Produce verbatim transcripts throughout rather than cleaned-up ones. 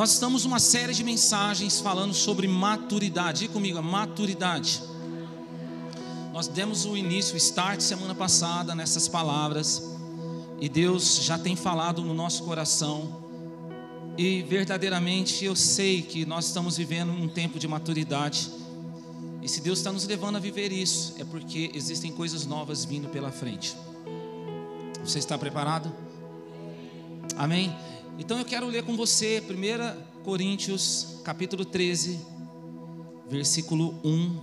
Nós estamos numa série de mensagens falando sobre maturidade. Diga comigo, a maturidade. Nós demos o início, o start semana passada nessas palavras, e Deus já tem falado no nosso coração, e verdadeiramente eu sei que nós estamos vivendo um tempo de maturidade, e se Deus está nos levando a viver isso, é porque existem coisas novas vindo pela frente. Você está preparado? Amém? Então eu quero ler com você primeira Coríntios capítulo treze, versículo um.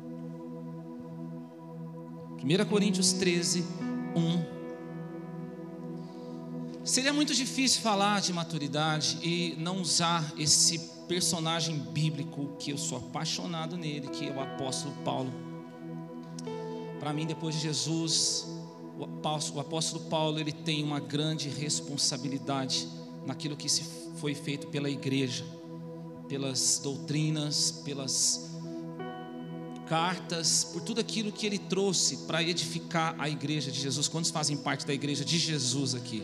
primeira Coríntios treze, um. Seria muito difícil falar de maturidade e não usar esse personagem bíblico que eu sou apaixonado nele, que é o apóstolo Paulo. Para mim, depois de Jesus, o apóstolo, o apóstolo Paulo, ele tem uma grande responsabilidade naquilo que se foi feito pela igreja, pelas doutrinas, pelas cartas, por tudo aquilo que ele trouxe para edificar a igreja de Jesus. Quantos fazem parte da igreja de Jesus aqui?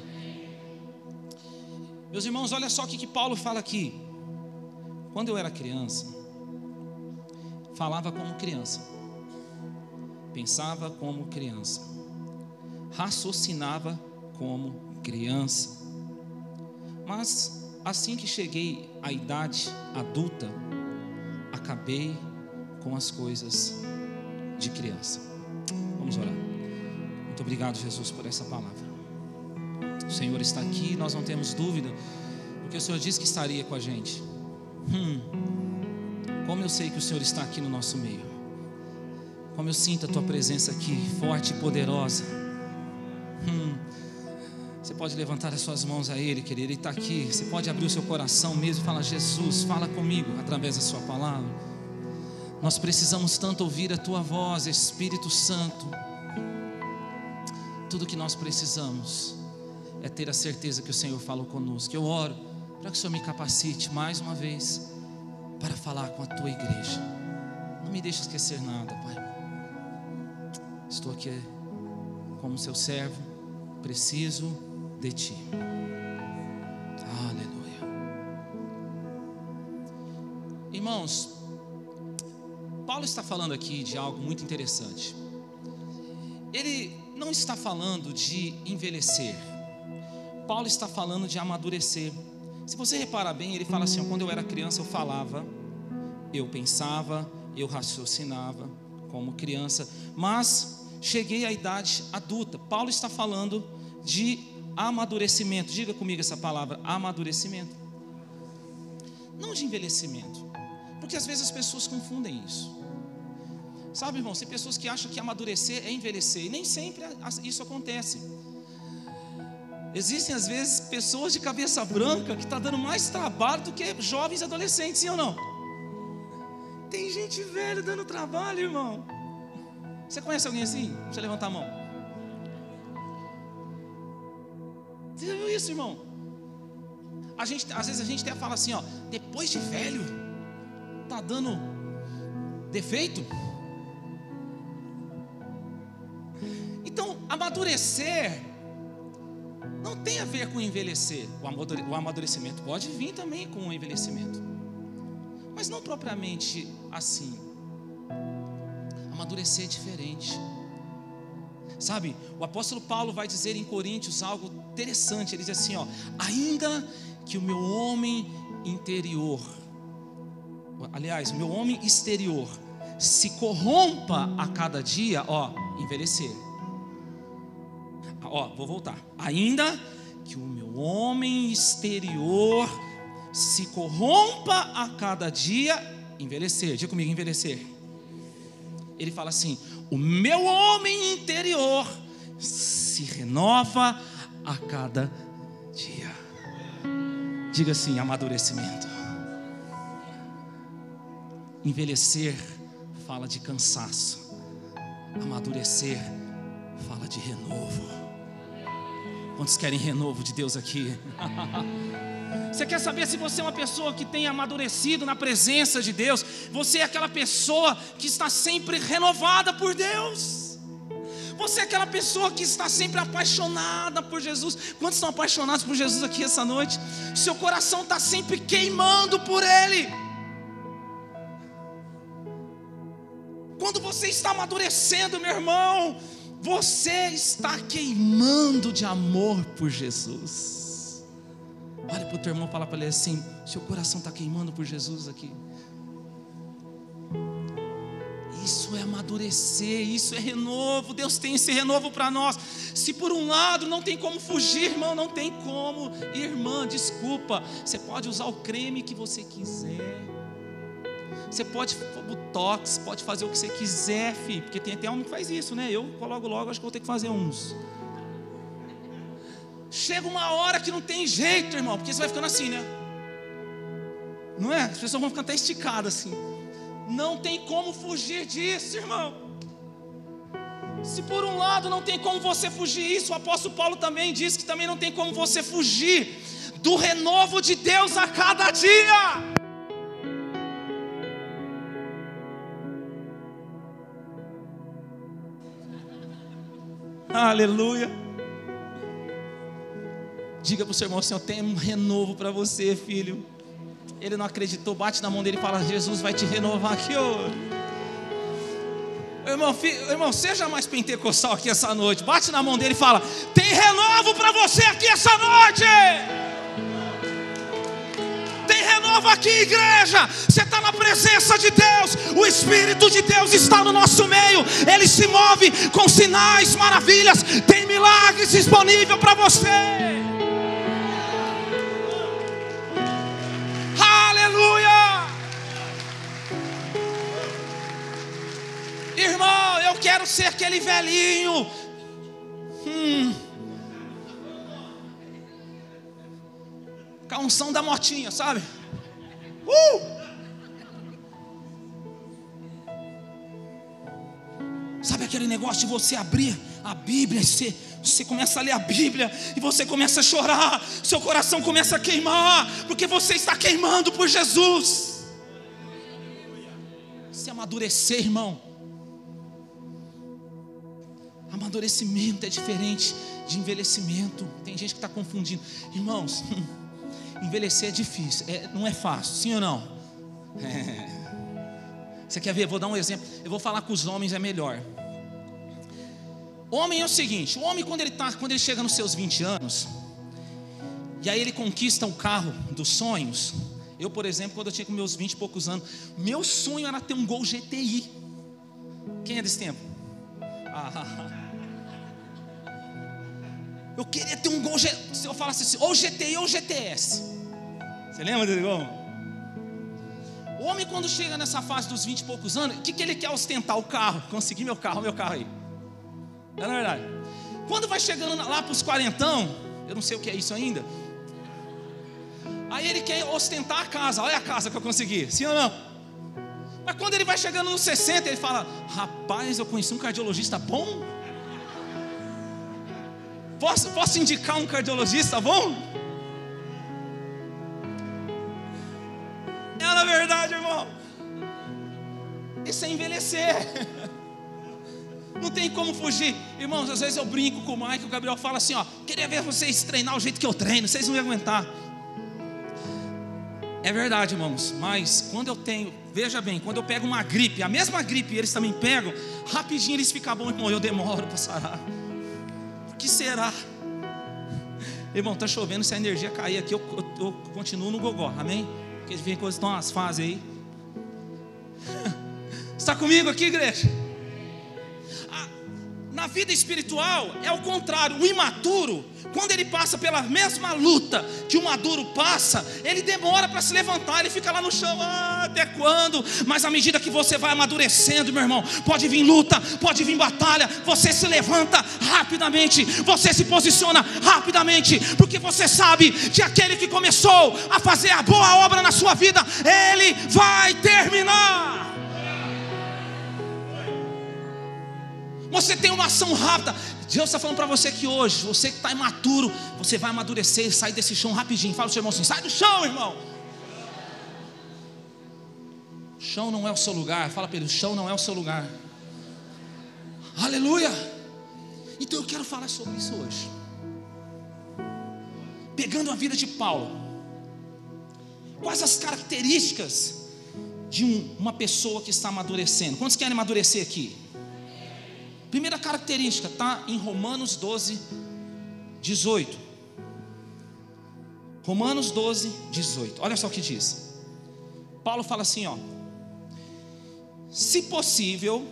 Meus irmãos, olha só o que, que Paulo fala aqui. Quando eu era criança, falava como criança, pensava como criança, raciocinava como criança. Mas assim que cheguei à idade adulta, acabei com as coisas de criança. Vamos orar. Muito obrigado, Jesus, por essa palavra. O Senhor está aqui, nós não temos dúvida, porque o Senhor disse que estaria com a gente. Hum, como eu sei que o Senhor está aqui no nosso meio. Como eu sinto a Tua presença aqui, forte e poderosa. Hum, Você pode levantar as suas mãos a Ele, querido, Ele está aqui. Você pode abrir o seu coração mesmo e falar: Jesus, fala comigo através da sua palavra. Nós precisamos tanto ouvir a Tua voz, Espírito Santo. Tudo que nós precisamos é ter a certeza que o Senhor falou conosco. Eu oro para que o Senhor me capacite mais uma vez para falar com a Tua igreja. Não me deixe esquecer nada, Pai. Estou aqui como seu servo, preciso de Ti. Aleluia. Irmãos, Paulo está falando aqui de algo muito interessante. Ele não está falando de envelhecer. Paulo está falando de amadurecer. Se você reparar bem, ele fala assim: ó, quando eu era criança eu falava, eu pensava, eu raciocinava como criança, mas cheguei à idade adulta. Paulo está falando de amadurecimento. Diga comigo essa palavra: amadurecimento. Não de envelhecimento, porque às vezes as pessoas confundem isso. Sabe, irmão, tem pessoas que acham que amadurecer é envelhecer, e nem sempre isso acontece. Existem às vezes pessoas de cabeça branca que estão dando mais trabalho do que jovens e adolescentes, sim ou não? Tem gente velha dando trabalho, irmão. Você conhece alguém assim? Deixa eu levantar a mão. Você já viu isso, irmão? A gente, às vezes a gente até fala assim, ó, depois de velho, tá dando defeito. Então, amadurecer não tem a ver com envelhecer. O amadurecimento pode vir também com o envelhecimento, mas não propriamente assim. Amadurecer é diferente. Sabe, o apóstolo Paulo vai dizer em Coríntios algo interessante. Ele diz assim, ó: ainda que o meu homem interior, aliás, o meu homem exterior se corrompa a cada dia, ó, envelhecer. Ó, vou voltar. Ainda que o meu homem exterior se corrompa a cada dia, envelhecer. Diga comigo, envelhecer. Ele fala assim: o meu homem interior se renova a cada dia. Diga assim: amadurecimento. Envelhecer fala de cansaço. Amadurecer fala de renovo. Quantos querem renovo de Deus aqui? Você quer saber se você é uma pessoa que tem amadurecido na presença de Deus? Você é aquela pessoa que está sempre renovada por Deus. Você é aquela pessoa que está sempre apaixonada por Jesus. Quantos estão apaixonados por Jesus aqui essa noite? Seu coração está sempre queimando por Ele. Quando você está amadurecendo, meu irmão, você está queimando de amor por Jesus. Olha para o teu irmão e fala para ele assim: seu coração está queimando por Jesus aqui. Isso é amadurecer, isso é renovo. Deus tem esse renovo para nós. Se por um lado não tem como fugir, irmão, não tem como. Irmã, desculpa, você pode usar o creme que você quiser, você pode botox, pode fazer o que você quiser, filho, porque tem até homem que faz isso, né? Eu logo logo acho que vou ter que fazer uns. Chega uma hora que não tem jeito, irmão, porque você vai ficando assim, né? Não é? As pessoas vão ficando até esticadas assim. Não tem como fugir disso, irmão. Se por um lado não tem como você fugir isso, o apóstolo Paulo também diz que também não tem como você fugir do renovo de Deus a cada dia. Aleluia. Diga para o seu irmão assim: eu tenho um renovo para você, filho. Ele não acreditou, bate na mão dele e fala: Jesus vai te renovar aqui hoje. Irmão, filho, irmão, seja mais pentecostal aqui essa noite. Bate na mão dele e fala: tem renovo para você aqui essa noite. Tem renovo aqui, igreja. Você está na presença de Deus. O Espírito de Deus está no nosso meio. Ele se move com sinais, maravilhas. Tem milagres disponível para você. Aleluia! Irmão, eu quero ser aquele velhinho. Hum. Com a unção da motinha, sabe? Uh! Sabe aquele negócio de você abrir a Bíblia e você, você começa a ler a Bíblia e você começa a chorar, seu coração começa a queimar, porque você está queimando por Jesus. Se amadurecer, irmão, amadurecimento é diferente de envelhecimento. Tem gente que está confundindo. Irmãos, envelhecer é difícil, é, não é fácil, sim ou não? É. Você quer ver? Vou dar um exemplo. Eu vou falar com os homens, é melhor. Homem é o seguinte: o homem quando ele, tá, quando ele chega nos seus vinte anos, e aí ele conquista o carro dos sonhos. Eu, por exemplo, quando eu tinha com meus vinte e poucos anos, meu sonho era ter um Gol G T I. Quem é desse tempo? Ah, eu queria ter um Gol G T I. Se eu falasse assim, ou G T I ou G T S. Você lembra desse Gol? O homem quando chega nessa fase dos vinte e poucos anos, o que, que ele quer ostentar? O carro. Consegui meu carro, meu carro aí. É na verdade. Quando vai chegando lá para os quarentão, eu não sei o que é isso ainda, aí ele quer ostentar a casa. Olha a casa que eu consegui, sim ou não? Mas quando ele vai chegando nos sessenta, ele fala: rapaz, eu conheci um cardiologista bom. Posso, posso indicar um cardiologista bom? É na verdade, irmão. Isso é envelhecer. Não tem como fugir. Irmãos, às vezes eu brinco com o Mike, o Gabriel fala assim: ó, queria ver vocês treinar o jeito que eu treino, vocês não iam aguentar. É verdade, irmãos, mas quando eu tenho, veja bem, quando eu pego uma gripe, a mesma gripe eles também pegam, rapidinho eles ficam bons, irmão, eu demoro para sarar. Por que será? Irmão, tá chovendo, se a energia cair aqui, eu, eu, eu continuo no gogó, amém? Porque vem coisas, estão umas fases aí. Está comigo aqui, igreja? Na vida espiritual é o contrário. O imaturo, quando ele passa pela mesma luta que o maduro passa, ele demora para se levantar, ele fica lá no chão, ah, até quando? Mas à medida que você vai amadurecendo, meu irmão, pode vir luta, pode vir batalha, você se levanta rapidamente, você se posiciona rapidamente, porque você sabe que aquele que começou a fazer a boa obra na sua vida, ele vai terminar. Você tem uma ação rápida. Deus está falando para você que hoje, você que está imaturo, você vai amadurecer e sair desse chão rapidinho. Fala para o seu irmão assim: sai do chão, irmão. O chão não é o seu lugar. Fala para ele: o chão não é o seu lugar. Aleluia. Então eu quero falar sobre isso hoje. Pegando a vida de Paulo, quais as características de um, uma pessoa que está amadurecendo? Quantos querem amadurecer aqui? Primeira característica está em Romanos doze, dezoito. Romanos doze, dezoito. Olha só o que diz. Paulo fala assim, ó: se possível,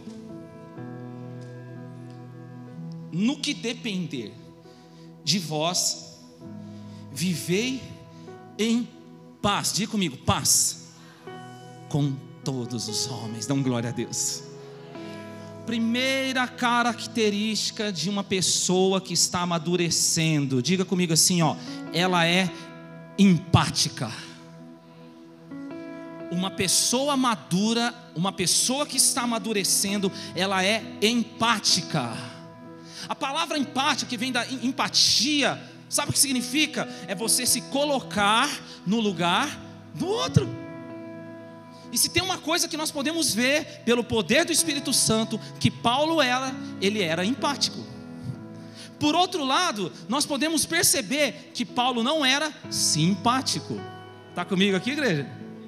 no que depender de vós, vivei em paz. Diga comigo, paz com todos os homens. Dão glória a Deus. Primeira característica de uma pessoa que está amadurecendo, diga comigo assim, ó: ela é empática. Uma pessoa madura, uma pessoa que está amadurecendo, ela é empática. A palavra empática, que vem da empatia, sabe o que significa? É você se colocar no lugar do outro. E se tem uma coisa que nós podemos ver pelo poder do Espírito Santo, que Paulo era, ele era empático. Por outro lado, nós podemos perceber que Paulo não era simpático. Está comigo aqui, igreja?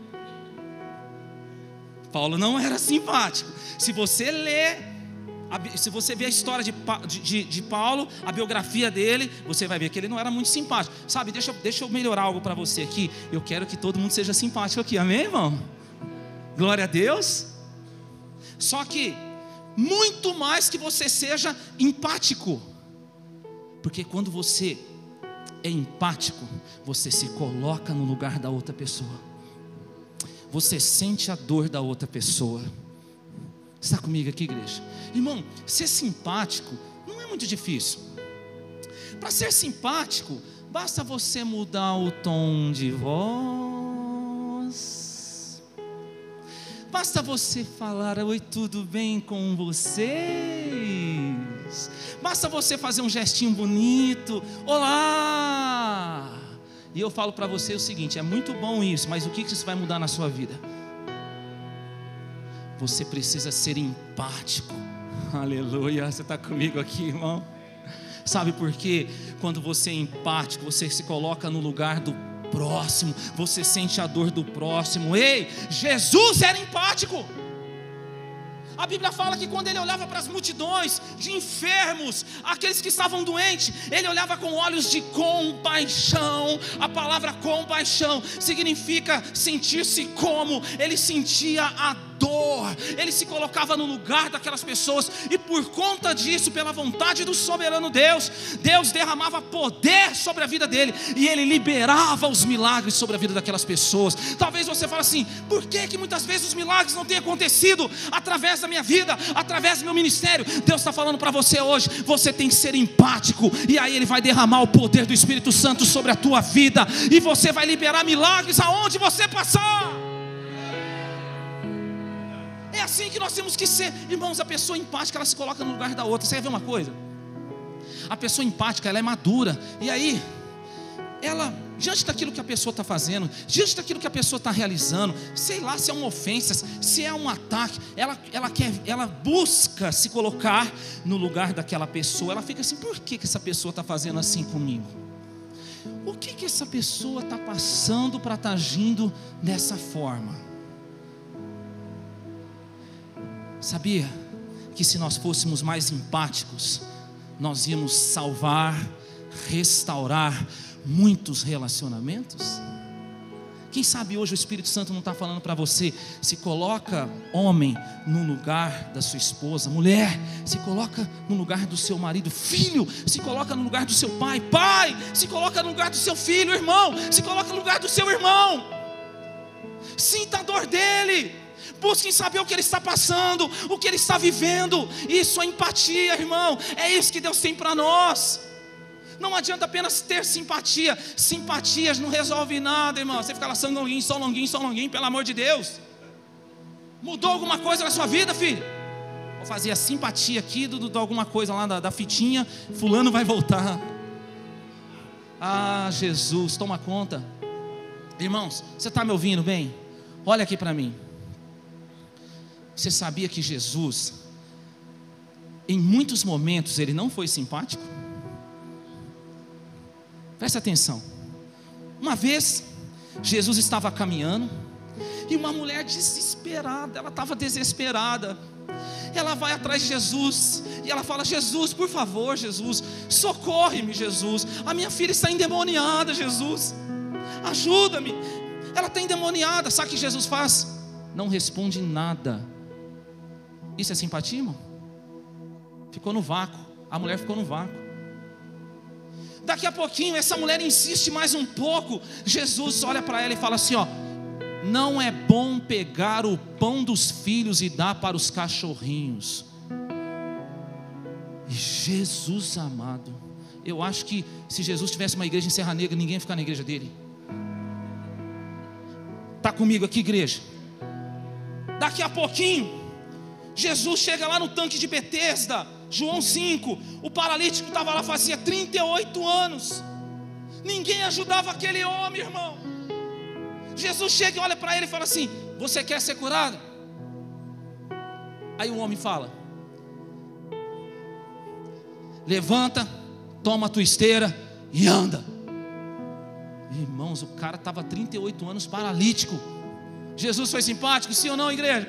Paulo não era simpático. Se você lê, se você ver a história de, de, de Paulo, a biografia dele, você vai ver que ele não era muito simpático. Sabe, deixa, deixa eu melhorar algo para você aqui. Eu quero que todo mundo seja simpático aqui, amém, irmão? Glória a Deus. Só que muito mais que você seja empático, porque quando você é empático, você se coloca no lugar da outra pessoa, você sente a dor da outra pessoa. Está comigo aqui, igreja? Irmão, ser simpático não é muito difícil. Para ser simpático, basta você mudar o tom de voz, basta você falar: oi, tudo bem com vocês? Basta você fazer um gestinho bonito: olá! E eu falo para você o seguinte: é muito bom isso, mas o que isso vai mudar na sua vida? Você precisa ser empático. Aleluia, você está comigo aqui, irmão? Sabe por quê? Quando você é empático, você se coloca no lugar do próximo, você sente a dor do próximo. Ei, Jesus era empático. A Bíblia fala que quando ele olhava para as multidões de enfermos, aqueles que estavam doentes, ele olhava com olhos de compaixão. A palavra compaixão significa sentir-se como, ele sentia a dor, ele se colocava no lugar daquelas pessoas, e por conta disso, pela vontade do soberano Deus, Deus derramava poder sobre a vida dele, e ele liberava os milagres sobre a vida daquelas pessoas. Talvez você fale assim: por que que muitas vezes os milagres não têm acontecido através da minha vida, através do meu ministério? Deus está falando para você hoje: você tem que ser empático, e aí ele vai derramar o poder do Espírito Santo sobre a tua vida, e você vai liberar milagres aonde você passar. É assim que nós temos que ser, irmãos. A pessoa empática, ela se coloca no lugar da outra. Você quer ver uma coisa? A pessoa empática, ela é madura, e aí ela, diante daquilo que a pessoa está fazendo, diante daquilo que a pessoa está realizando, sei lá se é uma ofensa, se é um ataque, ela, ela, quer, ela busca se colocar no lugar daquela pessoa. Ela fica assim: por que que essa pessoa está fazendo assim comigo? O que que essa pessoa está passando para estar agindo dessa forma? Sabia que se nós fôssemos mais empáticos, nós íamos salvar, restaurar muitos relacionamentos? Quem sabe hoje o Espírito Santo não está falando para você: se coloca, homem, no lugar da sua esposa; mulher, se coloca no lugar do seu marido; filho, se coloca no lugar do seu pai; pai, se coloca no lugar do seu filho; irmão, se coloca no lugar do seu irmão. Sinta a dor dele, busquem saber o que ele está passando, o que ele está vivendo. Isso é empatia, irmão. É isso que Deus tem para nós. Não adianta apenas ter simpatia. Simpatias não resolve nada, irmão. Você fica lá só longuinho, só longuinho, só longuinho, pelo amor de Deus. Mudou alguma coisa na sua vida, filho? Vou fazer a simpatia aqui de alguma coisa lá da, da fitinha, fulano vai voltar. Ah, Jesus, toma conta. Irmãos, você está me ouvindo bem? Olha aqui para mim. Você sabia que Jesus, em muitos momentos ele não foi simpático? Presta atenção. Uma vez, Jesus estava caminhando, e uma mulher desesperada, ela estava desesperada, ela vai atrás de Jesus, e ela fala: Jesus, por favor, Jesus, socorre-me, Jesus, a minha filha está endemoniada, Jesus, ajuda-me, ela está endemoniada. Sabe o que Jesus faz? Não responde nada. Isso é simpatia, irmão? Ficou no vácuo, a mulher ficou no vácuo. Daqui a pouquinho, essa mulher insiste mais um pouco, Jesus olha para ela e fala assim: ó, não é bom pegar o pão dos filhos e dar para os cachorrinhos. E Jesus amado, eu acho que se Jesus tivesse uma igreja em Serra Negra, ninguém ia ficar na igreja dele. Está comigo aqui, igreja? Daqui a pouquinho, Jesus chega lá no tanque de Betesda, João cinco, o paralítico estava lá fazia trinta e oito anos, ninguém ajudava aquele homem, irmão. Jesus chega e olha para ele e fala assim: você quer ser curado? Aí o homem fala: levanta, toma a tua esteira e anda. Irmãos, o cara estava trinta e oito anos paralítico. Jesus foi simpático, sim ou não, igreja?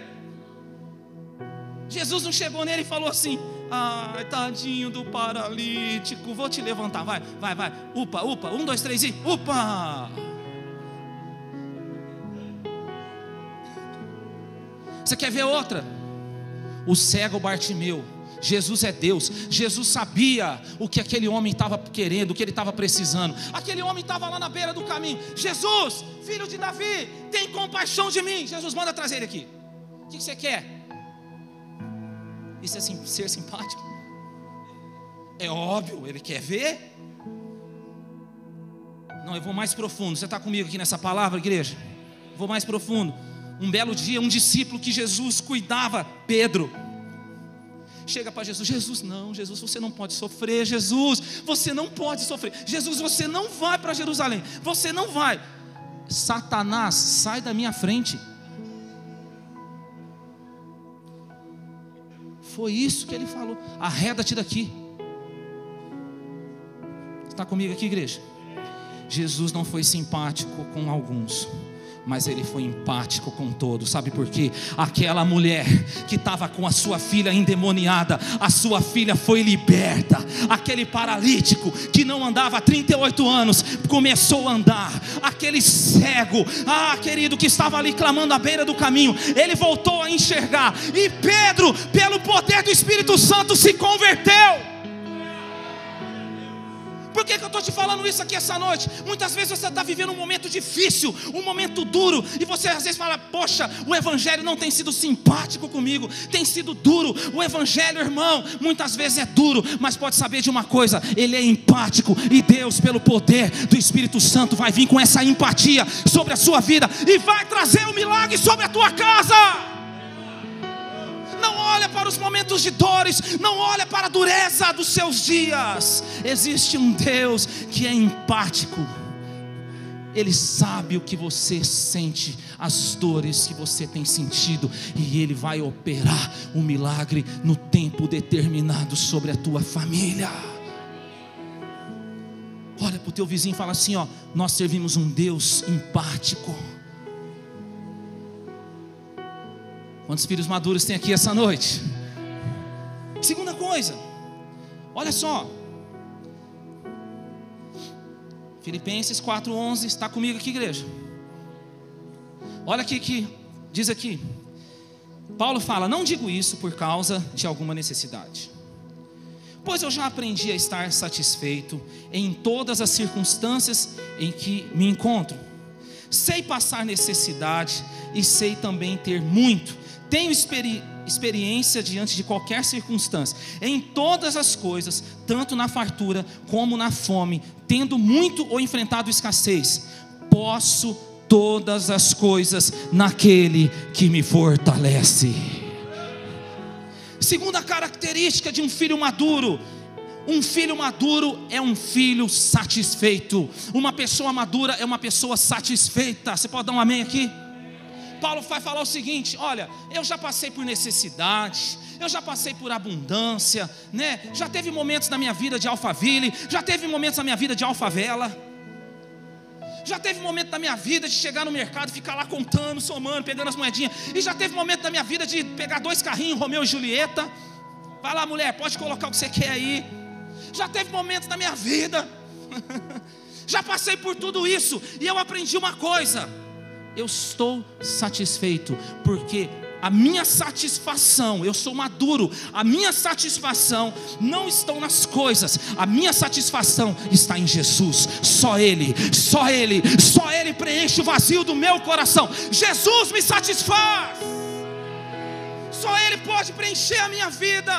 Jesus não chegou nele e falou assim: ai, tadinho do paralítico, vou te levantar, vai, vai, vai, upa, upa, um, dois, três e upa. Você quer ver outra? O cego Bartimeu. Jesus é Deus. Jesus sabia o que aquele homem estava querendo, o que ele estava precisando. Aquele homem estava lá na beira do caminho. Jesus, filho de Davi, tem compaixão de mim. Jesus, manda trazer ele aqui. O que você quer? Isso é sim, ser simpático? É óbvio, ele quer ver. Não, eu vou mais profundo. Você está comigo aqui nessa palavra, igreja? Vou mais profundo. Um belo dia, um discípulo que Jesus cuidava, Pedro, chega para Jesus: Jesus, não, Jesus, você não pode sofrer. Jesus, você não pode sofrer. Jesus, você não vai para Jerusalém. Você não vai. Satanás, sai da minha frente. Foi isso que ele falou: arreda-te daqui. Está comigo aqui, igreja? Jesus não foi simpático com alguns, mas ele foi empático com todos. Sabe por quê? Aquela mulher que estava com a sua filha endemoniada, a sua filha foi liberta. Aquele paralítico que não andava há trinta e oito anos, começou a andar. Aquele cego, ah querido, que estava ali clamando à beira do caminho, ele voltou a enxergar. E Pedro, pelo poder do Espírito Santo, se converteu. Por que, que eu estou te falando isso aqui essa noite? Muitas vezes você está vivendo um momento difícil, um momento duro, e você às vezes fala: poxa, o evangelho não tem sido simpático comigo, tem sido duro. O evangelho, irmão, muitas vezes é duro, mas pode saber de uma coisa: ele é empático, e Deus, pelo poder do Espírito Santo, vai vir com essa empatia sobre a sua vida, e vai trazer um milagre sobre a tua casa. Não olha para os momentos de dores, não olha para a dureza dos seus dias. Existe um Deus que é empático. Ele sabe o que você sente, as dores que você tem sentido, e Ele vai operar um milagre no tempo determinado sobre a tua família. Olha para o teu vizinho e fala assim: ó, nós servimos um Deus empático. Quantos filhos maduros tem aqui essa noite? Segunda coisa, olha só, Filipenses quatro, onze, está comigo aqui, igreja? Olha aqui que diz aqui, Paulo fala: não digo isso por causa de alguma necessidade, pois eu já aprendi a estar satisfeito em todas as circunstâncias em que me encontro. Sei passar necessidade e sei também ter muito. Tenho experi- experiência diante de qualquer circunstância, em todas as coisas, tanto na fartura como na fome, tendo muito ou enfrentado escassez. Posso todas as coisas naquele que me fortalece. Segunda característica de um filho maduro: um filho maduro é um filho satisfeito. Uma pessoa madura é uma pessoa satisfeita. Você pode dar um amém aqui? Paulo vai falar o seguinte: olha, eu já passei por necessidade, eu já passei por abundância, né? Já teve momentos na minha vida de Alphaville, já teve momentos na minha vida de Alfavela, já teve momento na minha vida de chegar no mercado, ficar lá contando, somando, pegando as moedinhas. E já teve momento na minha vida de pegar dois carrinhos, Romeu e Julieta. Vai lá, mulher, pode colocar o que você quer aí. Já teve momentos na minha vida. Já passei por tudo isso. E eu aprendi uma coisa: eu estou satisfeito, porque a minha satisfação, eu sou maduro, a minha satisfação não está nas coisas, a minha satisfação está em Jesus. Só Ele, só Ele, só Ele preenche o vazio do meu coração. Jesus me satisfaz. Só Ele pode preencher a minha vida.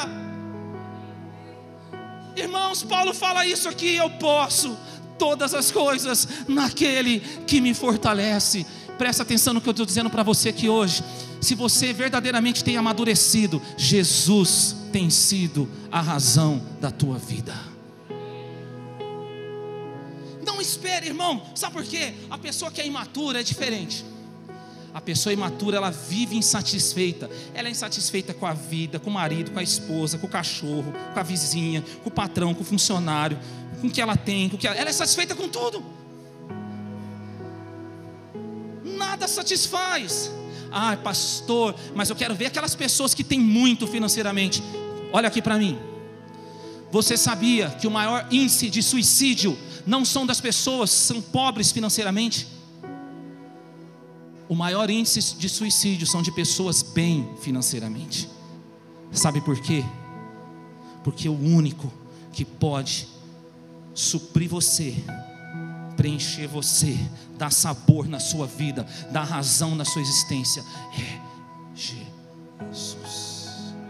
Irmãos, Paulo fala isso aqui: eu posso todas as coisas naquele que me fortalece. Presta atenção no que eu estou dizendo para você aqui hoje. Se você verdadeiramente tem amadurecido, Jesus tem sido a razão da tua vida. Não espere, irmão. Sabe por quê? A pessoa que é imatura é diferente. A pessoa imatura, ela vive insatisfeita. Ela é insatisfeita com a vida, com o marido, com a esposa, com o cachorro, com a vizinha, com o patrão, com o funcionário, com o que ela tem, com o que ela... ela é satisfeita com tudo. Nada satisfaz. Ah, pastor, mas eu quero ver aquelas pessoas que têm muito financeiramente. Olha aqui para mim. Você sabia que o maior índice de suicídio não são das pessoas que são pobres financeiramente? O maior índice de suicídio são de pessoas bem financeiramente. Sabe por quê? Porque o único que pode suprir você, preencher você, dar sabor na sua vida, dar razão na sua existência, é Jesus.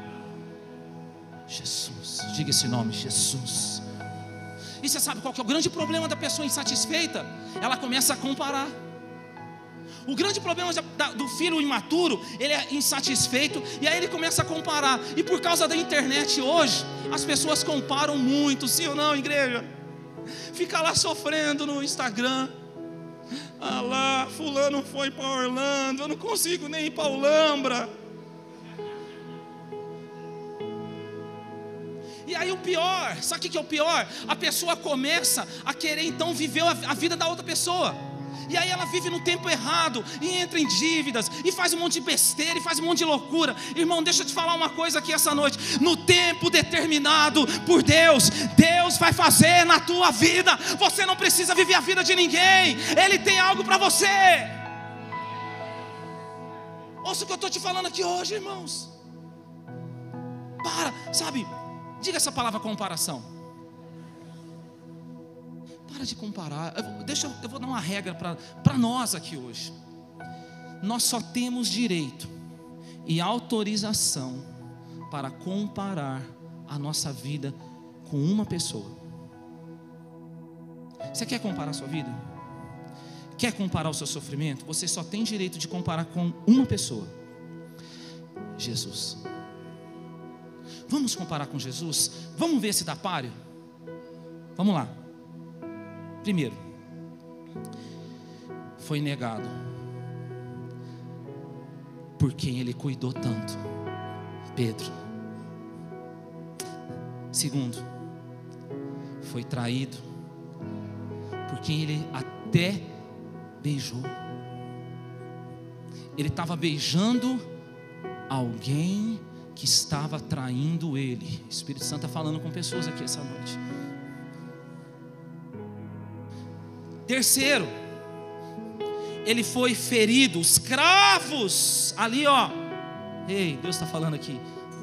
Jesus, diga esse nome, Jesus. E você sabe qual que é o grande problema da pessoa insatisfeita? Ela começa a comparar. O grande problema do filho imaturo, ele é insatisfeito, e aí ele começa a comparar. E por causa da internet hoje, as pessoas comparam muito. Sim ou não, igreja? Fica lá sofrendo no Instagram. Ah lá, fulano foi para Orlando, eu não consigo nem ir para Olambra. E aí o pior, sabe o que é o pior? A pessoa começa a querer então viver a vida da outra pessoa. E aí ela vive no tempo errado, e entra em dívidas, e faz um monte de besteira, e faz um monte de loucura. Irmão, deixa eu te falar uma coisa aqui essa noite. No tempo determinado por Deus, Deus vai fazer na tua vida. Você não precisa viver a vida de ninguém. Ele tem algo para você. Ouça o que eu estou te falando aqui hoje, irmãos. Para, sabe, diga essa palavra comparação. Para de comparar. Eu vou, deixa eu, eu vou dar uma regra para nós aqui hoje. Nós só temos direito e autorização para comparar a nossa vida com uma pessoa. Você quer comparar a sua vida? Quer comparar o seu sofrimento? Você só tem direito de comparar com uma pessoa: Jesus. Vamos comparar com Jesus? Vamos ver se dá páreo? Vamos lá. Primeiro, foi negado por quem ele cuidou tanto, Pedro. Segundo, foi traído por quem ele até beijou. Ele estava beijando alguém que estava traindo ele. O Espírito Santo está falando com pessoas aqui essa noite. Terceiro, ele foi ferido, os cravos, ali ó, ei, Deus está falando aqui,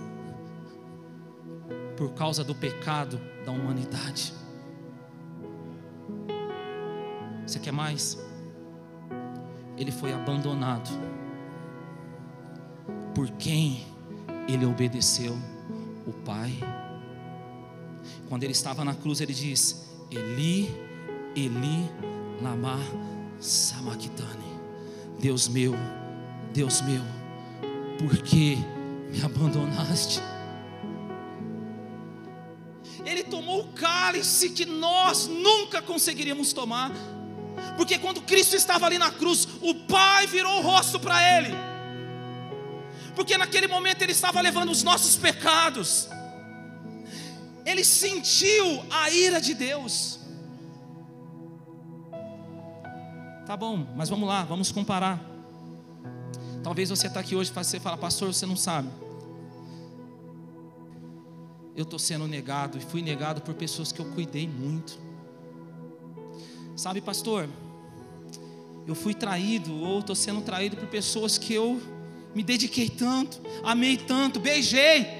por causa do pecado da humanidade. Você quer mais? Ele foi abandonado por quem ele obedeceu, o Pai. Quando ele estava na cruz, ele diz: Eli, Eli, lama sabachthani. Deus meu, Deus meu, por que me abandonaste? Ele tomou o cálice que nós nunca conseguiríamos tomar. Porque quando Cristo estava ali na cruz, o Pai virou o rosto para Ele. Porque naquele momento Ele estava levando os nossos pecados. Ele sentiu a ira de Deus. Tá bom, mas vamos lá, vamos comparar. Talvez você está aqui hoje e você fala: pastor, você não sabe. Eu estou sendo negado, e fui negado por pessoas que eu cuidei muito. Sabe, pastor, eu fui traído, ou estou sendo traído por pessoas que eu me dediquei tanto, amei tanto, beijei.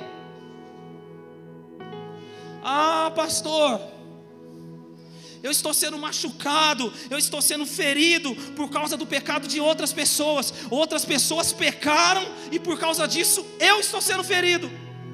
Ah, pastor, eu estou sendo machucado, eu estou sendo ferido por causa do pecado de outras pessoas. Outras pessoas pecaram e por causa disso eu estou sendo ferido.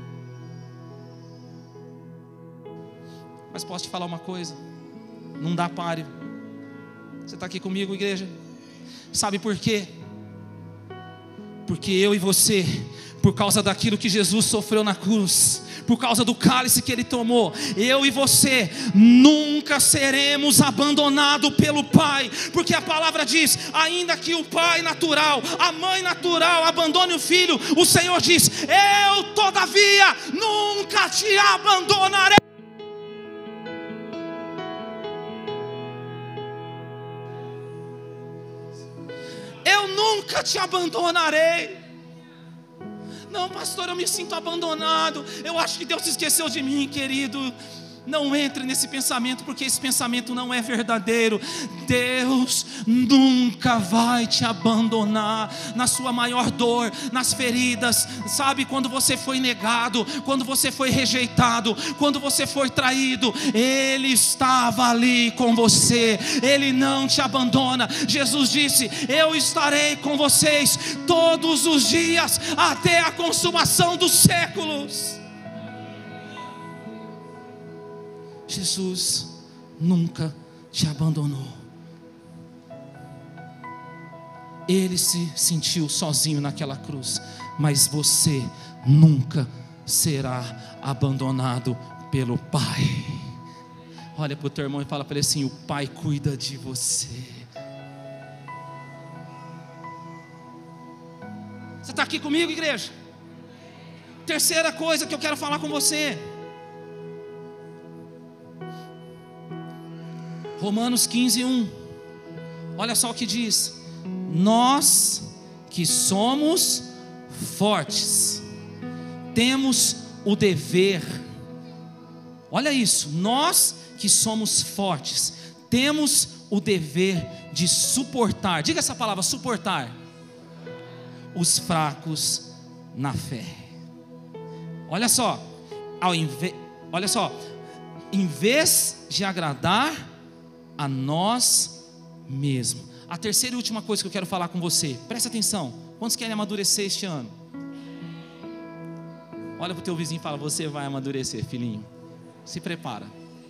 Mas posso te falar uma coisa? Não dá páreo. Você está aqui comigo, igreja? Sabe por quê? Porque eu e você, por causa daquilo que Jesus sofreu na cruz, por causa do cálice que Ele tomou, eu e você nunca seremos abandonados pelo Pai. Porque a palavra diz: ainda que o pai natural, a mãe natural abandone o filho, o Senhor diz: eu todavia nunca te abandonarei. Eu nunca te abandonarei. Não, pastor, eu me sinto abandonado. Eu acho que Deus se esqueceu de mim, querido. Não entre nesse pensamento, porque esse pensamento não é verdadeiro. Deus nunca vai te abandonar na sua maior dor, nas feridas. Sabe, quando você foi negado, quando você foi rejeitado, quando você foi traído, Ele estava ali com você. Ele não te abandona. Jesus disse: eu estarei com vocês todos os dias, até a consumação dos séculos. Jesus nunca te abandonou. Ele se sentiu sozinho naquela cruz, mas você nunca será abandonado pelo Pai. Olha para o teu irmão e fala para ele assim: o Pai cuida de você. Você está aqui comigo, igreja? Terceira coisa que eu quero falar com você. Romanos quinze, um. Olha só o que diz: nós que somos fortes, temos o dever. Olha isso, nós que somos fortes, temos o dever de suportar. Diga essa palavra: suportar. Os fracos na fé. Olha só, ao invés, olha só, em vez de agradar a nós mesmos. A terceira e última coisa que eu quero falar com você, presta atenção. Quantos querem amadurecer este ano? Olha para o teu vizinho e fala: você vai amadurecer, filhinho. Se prepara.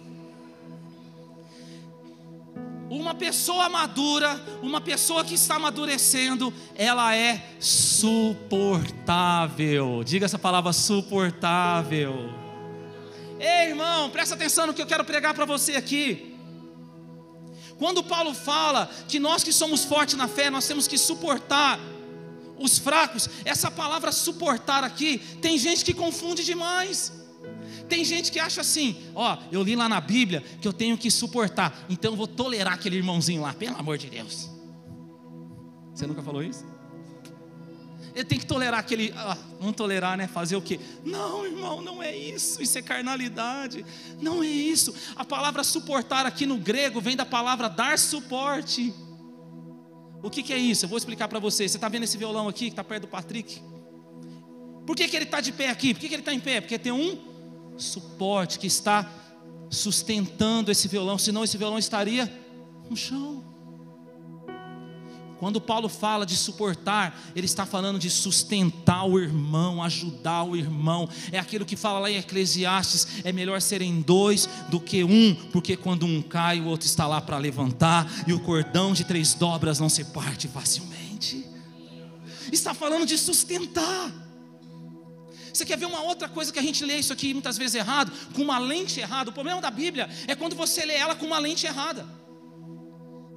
Uma pessoa madura, uma pessoa que está amadurecendo, ela é suportável. Diga essa palavra: suportável. Ei, irmão, presta atenção no que eu quero pregar para você aqui. Quando Paulo fala que nós que somos fortes na fé, nós temos que suportar os fracos, essa palavra suportar aqui, tem gente que confunde demais. Tem gente que acha assim: ó, eu li lá na Bíblia que eu tenho que suportar, então eu vou tolerar aquele irmãozinho lá, pelo amor de Deus. Você nunca falou isso? Ele tem que tolerar aquele, ah, não tolerar, né? Fazer o quê? Não, irmão, não é isso. Isso é carnalidade. Não é isso. A palavra suportar aqui no grego vem da palavra dar suporte. O que, que é isso? Eu vou explicar para você. Você está vendo esse violão aqui que está perto do Patrick? Por que, que ele está de pé aqui? Por que, que ele está em pé? Porque tem um suporte que está sustentando esse violão. Senão esse violão estaria no chão. Quando Paulo fala de suportar, ele está falando de sustentar o irmão, ajudar o irmão. É aquilo que fala lá em Eclesiastes: é melhor serem dois do que um, porque quando um cai, o outro está lá para levantar, e o cordão de três dobras não se parte facilmente. Está falando de sustentar. Você quer ver uma outra coisa que a gente lê isso aqui muitas vezes errado, com uma lente errada? O problema da Bíblia é quando você lê ela com uma lente errada.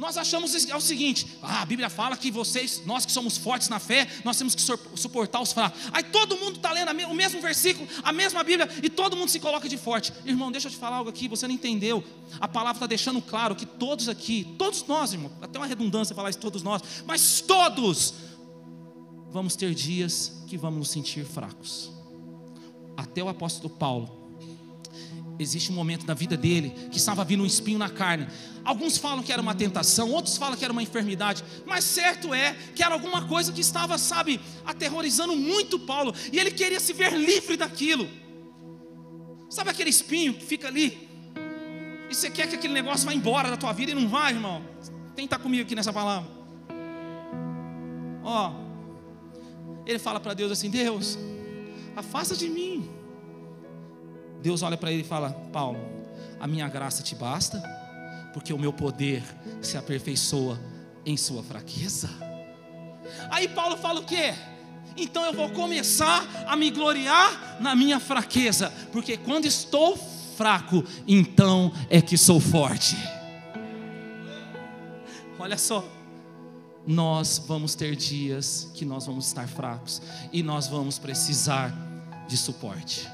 Nós achamos é o seguinte: ah, a Bíblia fala que vocês, nós que somos fortes na fé, nós temos que suportar os fracos. Aí todo mundo está lendo o mesmo versículo, a mesma Bíblia, e todo mundo se coloca de forte. Irmão, deixa eu te falar algo aqui, você não entendeu. A palavra está deixando claro que todos aqui, todos nós, irmão, até uma redundância falar isso, todos nós, mas todos vamos ter dias que vamos nos sentir fracos. Até o apóstolo Paulo, existe um momento na vida dele que estava vindo um espinho na carne. Alguns falam que era uma tentação, outros falam que era uma enfermidade, mas certo é que era alguma coisa que estava, sabe, aterrorizando muito Paulo, e ele queria se ver livre daquilo. Sabe aquele espinho que fica ali, e você quer que aquele negócio vá embora da tua vida e não vai, irmão? Quem está comigo aqui nessa palavra? Ó, ele fala para Deus assim: Deus, afasta de mim. Deus olha para ele e fala: Paulo, a minha graça te basta, porque o meu poder se aperfeiçoa em sua fraqueza. Aí Paulo fala o quê? Então eu vou começar a me gloriar na minha fraqueza, porque quando estou fraco, então é que sou forte. Olha só, nós vamos ter dias que nós vamos estar fracos, e nós vamos precisar de suporte.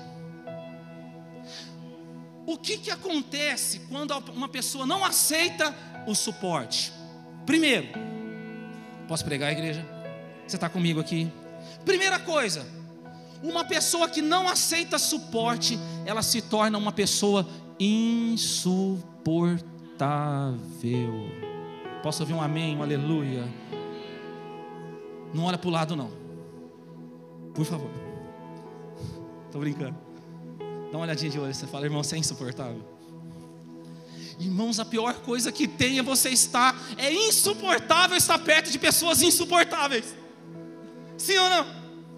O que que acontece quando uma pessoa não aceita o suporte? Primeiro, posso pregar, igreja? Você está comigo aqui? Primeira coisa, uma pessoa que não aceita suporte, ela se torna uma pessoa insuportável. Posso ouvir um amém, um aleluia? Não olha para o lado não, por favor. Estou brincando. Dá uma olhadinha de olho, você fala: irmão, você é insuportável. Irmãos, a pior coisa que tem é você estar, é insuportável estar perto de pessoas insuportáveis. Sim ou não?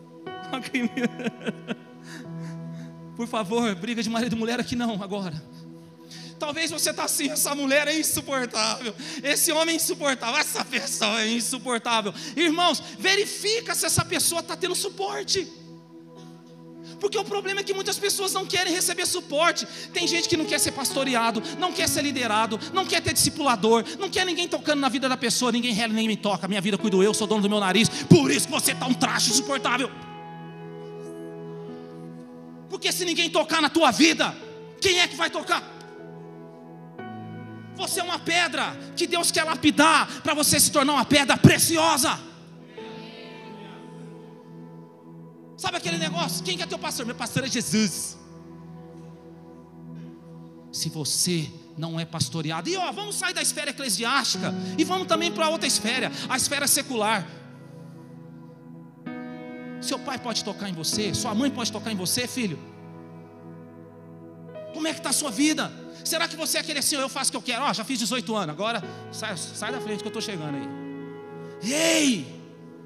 Por favor, briga de marido e mulher aqui não, agora. Talvez você está assim: essa mulher é insuportável, esse homem é insuportável, essa pessoa é insuportável. Irmãos, verifica se essa pessoa está tendo suporte. Porque o problema é que muitas pessoas não querem receber suporte. Tem gente que não quer ser pastoreado, não quer ser liderado, não quer ter discipulador, não quer ninguém tocando na vida da pessoa. Ninguém rela, ninguém me toca, minha vida cuido eu, sou dono do meu nariz. Por isso que você está um traste insuportável. Porque se ninguém tocar na tua vida, quem é que vai tocar? Você é uma pedra que Deus quer lapidar para você se tornar uma pedra preciosa. Sabe aquele negócio? Quem que é teu pastor? Meu pastor é Jesus. Se você não é pastoreado, e ó, vamos sair da esfera eclesiástica e vamos também para outra esfera, a esfera secular. Seu pai pode tocar em você, sua mãe pode tocar em você, filho. Como é que está a sua vida? Será que você é aquele assim: eu faço o que eu quero, ó, já fiz dezoito anos, agora sai, sai da frente que eu estou chegando aí. Ei!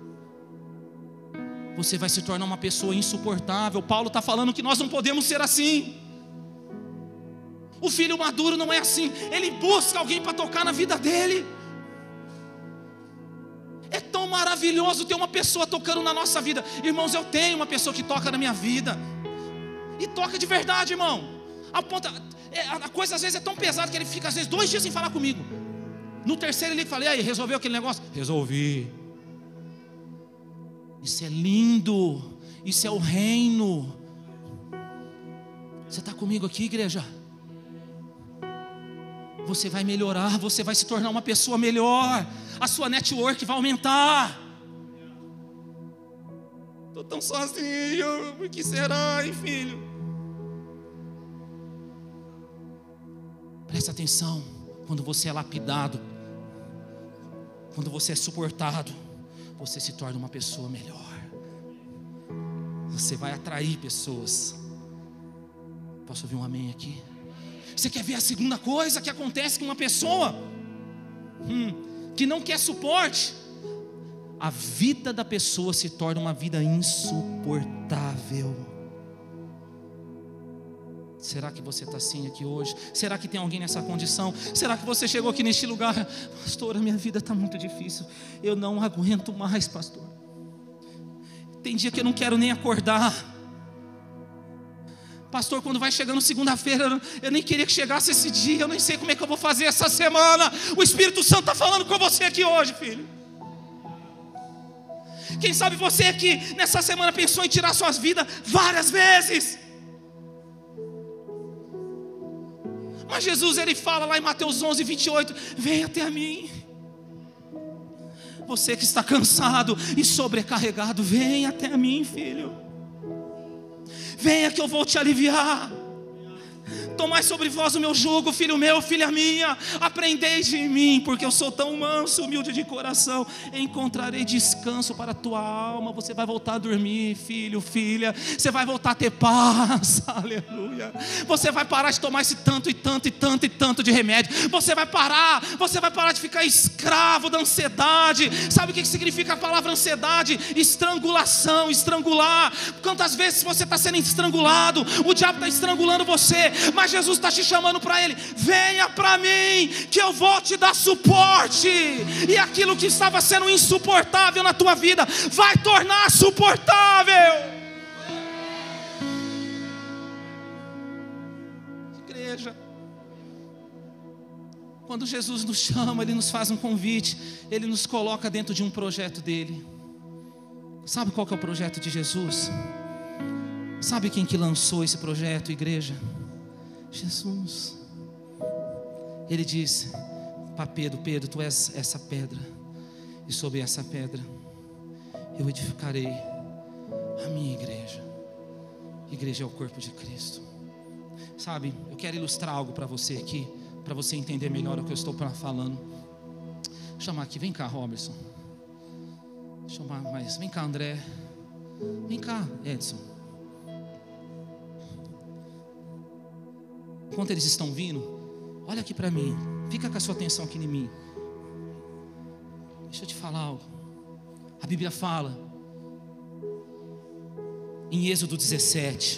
Você vai se tornar uma pessoa insuportável. Paulo está falando que nós não podemos ser assim. O filho maduro não é assim. Ele busca alguém para tocar na vida dele. É tão maravilhoso ter uma pessoa tocando na nossa vida. Irmãos, eu tenho uma pessoa que toca na minha vida, e toca de verdade, irmão. A, ponta, a coisa às vezes é tão pesada que ele fica às vezes dois dias sem falar comigo. No terceiro ele fala: e aí, resolveu aquele negócio? Resolvi. Isso é lindo, isso é o reino. Você está comigo aqui, igreja? Você vai melhorar, você vai se tornar uma pessoa melhor, a sua network vai aumentar. Estou tão sozinho, por que será, hein, filho? Presta atenção, quando você é lapidado, quando você é suportado, você se torna uma pessoa melhor. Você vai atrair pessoas. Posso ouvir um amém aqui? Você quer ver a segunda coisa que acontece com uma pessoa hum, que não quer suporte? A vida da pessoa se torna uma vida insuportável. Será que você está assim aqui hoje? Será que tem alguém nessa condição? Será que você chegou aqui neste lugar? Pastor, a minha vida está muito difícil, eu não aguento mais, pastor. Tem dia que eu não quero nem acordar. pastor, quando vai chegando segunda-feira, eu, eu nem queria que chegasse esse dia, eu nem sei como é que eu vou fazer essa semana. O Espírito Santo está falando com você aqui hoje, filho. Quem sabe você que nessa semana pensou em tirar suas vidas várias vezes. Mas Jesus, ele fala lá em Mateus onze, vinte e oito, venha até a mim. Você que está cansado e sobrecarregado, venha até a mim, filho. Venha que eu vou te aliviar. Tomai sobre vós o meu jugo, filho meu, filha minha. Aprendei de mim, porque eu sou tão manso, humilde de coração. Encontrarei descanso para a tua alma. Você vai voltar a dormir, filho, filha. Você vai voltar a ter paz, aleluia. Você vai parar de tomar esse tanto e tanto e tanto e tanto de remédio. Você vai parar, você vai parar de ficar escravo da ansiedade. Sabe o que significa a palavra ansiedade? Estrangulação, estrangular. Quantas vezes você está sendo estrangulado, o diabo está estrangulando você, mas Jesus está te chamando para Ele. Venha para mim, que eu vou te dar suporte. E aquilo que estava sendo insuportável na tua vida vai tornar suportável. Igreja, quando Jesus nos chama, Ele nos faz um convite, Ele nos coloca dentro de um projeto dEle. Sabe qual que é o projeto de Jesus? Sabe quem que lançou esse projeto, igreja? Jesus. Ele disse para Pedro: Pedro, tu és essa pedra, e sobre essa pedra eu edificarei a minha igreja. A igreja é o corpo de Cristo. Sabe, eu quero ilustrar algo para você aqui, para você entender melhor o que eu estou falando. Vou chamar aqui, vem cá, Robertson. Vou chamar mais, vem cá, André. Vem cá, Edson. Enquanto eles estão vindo, olha aqui para mim, fica com a sua atenção aqui em mim. Deixa eu te falar algo. A Bíblia fala em Êxodo dezessete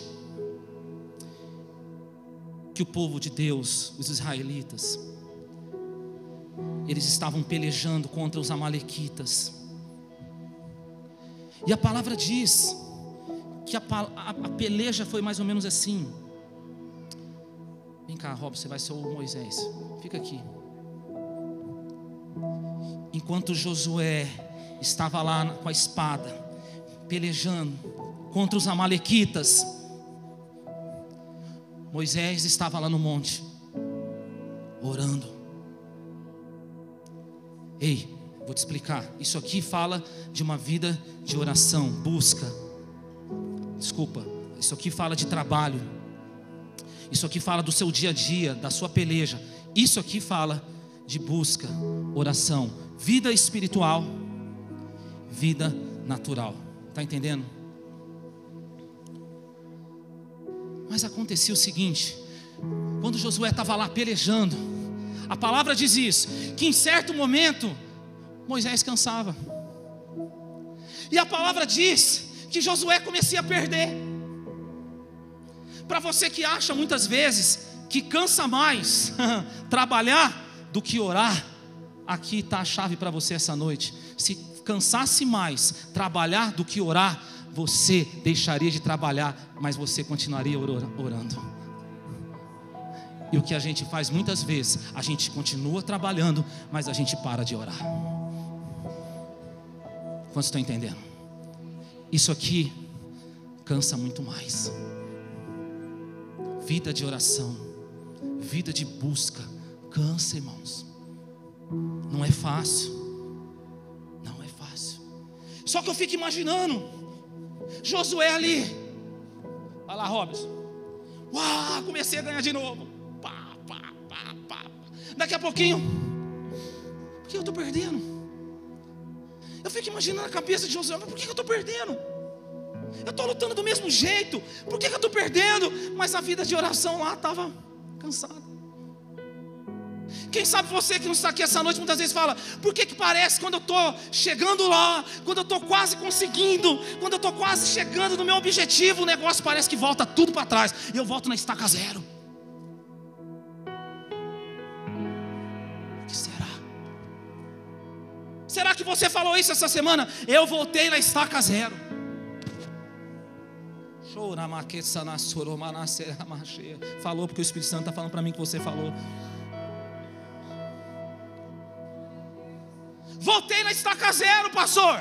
que o povo de Deus, os israelitas, eles estavam pelejando contra os amalequitas. E a palavra diz que a, a, a peleja foi mais ou menos assim. Vem cá, Rob, você vai ser o Moisés. Fica aqui. Enquanto Josué estava lá com a espada, pelejando contra os amalequitas, Moisés estava lá no monte, orando. Ei, vou te explicar. Isso aqui fala de uma vida de oração, busca. Desculpa, isso aqui fala de trabalho. Isso aqui fala do seu dia a dia, da sua peleja. Isso aqui fala de busca, oração, vida espiritual, vida natural. Está entendendo? Mas acontecia o seguinte: quando Josué estava lá pelejando, a palavra diz isso, que em certo momento Moisés cansava. E a palavra diz que Josué começava a perder. Para você que acha muitas vezes que cansa mais trabalhar do que orar, aqui está a chave para você essa noite. Se cansasse mais trabalhar do que orar, você deixaria de trabalhar, mas você continuaria orando. E o que a gente faz muitas vezes, a gente continua trabalhando, mas a gente para de orar. Quantos estão entendendo? Isso aqui cansa muito mais. Vida de oração, vida de busca, cansa, irmãos. Não é fácil. Não é fácil. Só que eu fico imaginando Josué ali. Olha lá, Robson. Uau, comecei a ganhar de novo. Pá, pá, pá, pá. Daqui a pouquinho, por que eu estou perdendo? Eu fico imaginando a cabeça de Josué. Mas por que eu estou perdendo? Eu estou lutando do mesmo jeito. Por que eu estou perdendo? Mas a vida de oração lá estava cansada. Quem sabe você que não está aqui essa noite muitas vezes fala: por que que parece quando eu estou chegando lá, quando eu estou quase conseguindo, quando eu estou quase chegando no meu objetivo, o negócio parece que volta tudo para trás e eu volto na estaca zero? O que será? Será que você falou isso essa semana? Eu voltei na estaca zero. Falou porque o Espírito Santo está falando para mim que você falou. Voltei na estaca zero, pastor.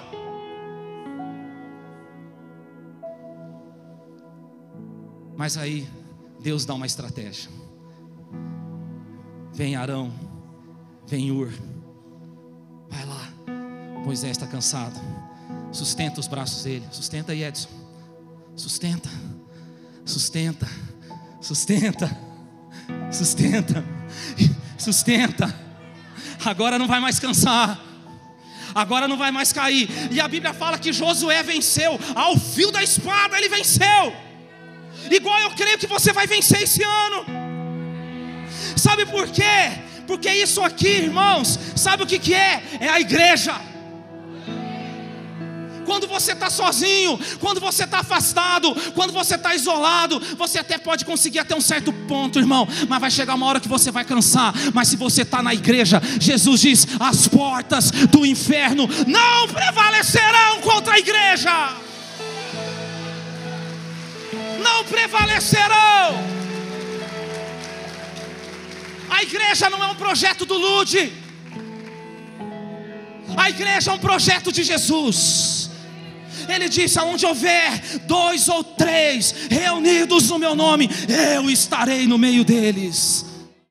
Mas aí Deus dá uma estratégia. Vem Arão, vem Ur, vai lá. Moisés está cansado. Sustenta os braços dele. Sustenta aí, Edson. Sustenta, sustenta, sustenta, sustenta, sustenta. Agora não vai mais cansar. Agora não vai mais cair. E a Bíblia fala que Josué venceu. Ao fio da espada ele venceu. Igual eu creio que você vai vencer esse ano. Sabe por quê? Porque isso aqui, irmãos, sabe o que que é? É a igreja. Quando você está sozinho, quando você está afastado, quando você está isolado, você até pode conseguir até um certo ponto, irmão, mas vai chegar uma hora que você vai cansar. Mas se você está na igreja, Jesus diz: as portas do inferno não prevalecerão contra a igreja. Não prevalecerão. A igreja não é um projeto do Lude. A igreja é um projeto de Jesus. Ele disse: aonde houver dois ou três reunidos no meu nome, eu estarei no meio deles.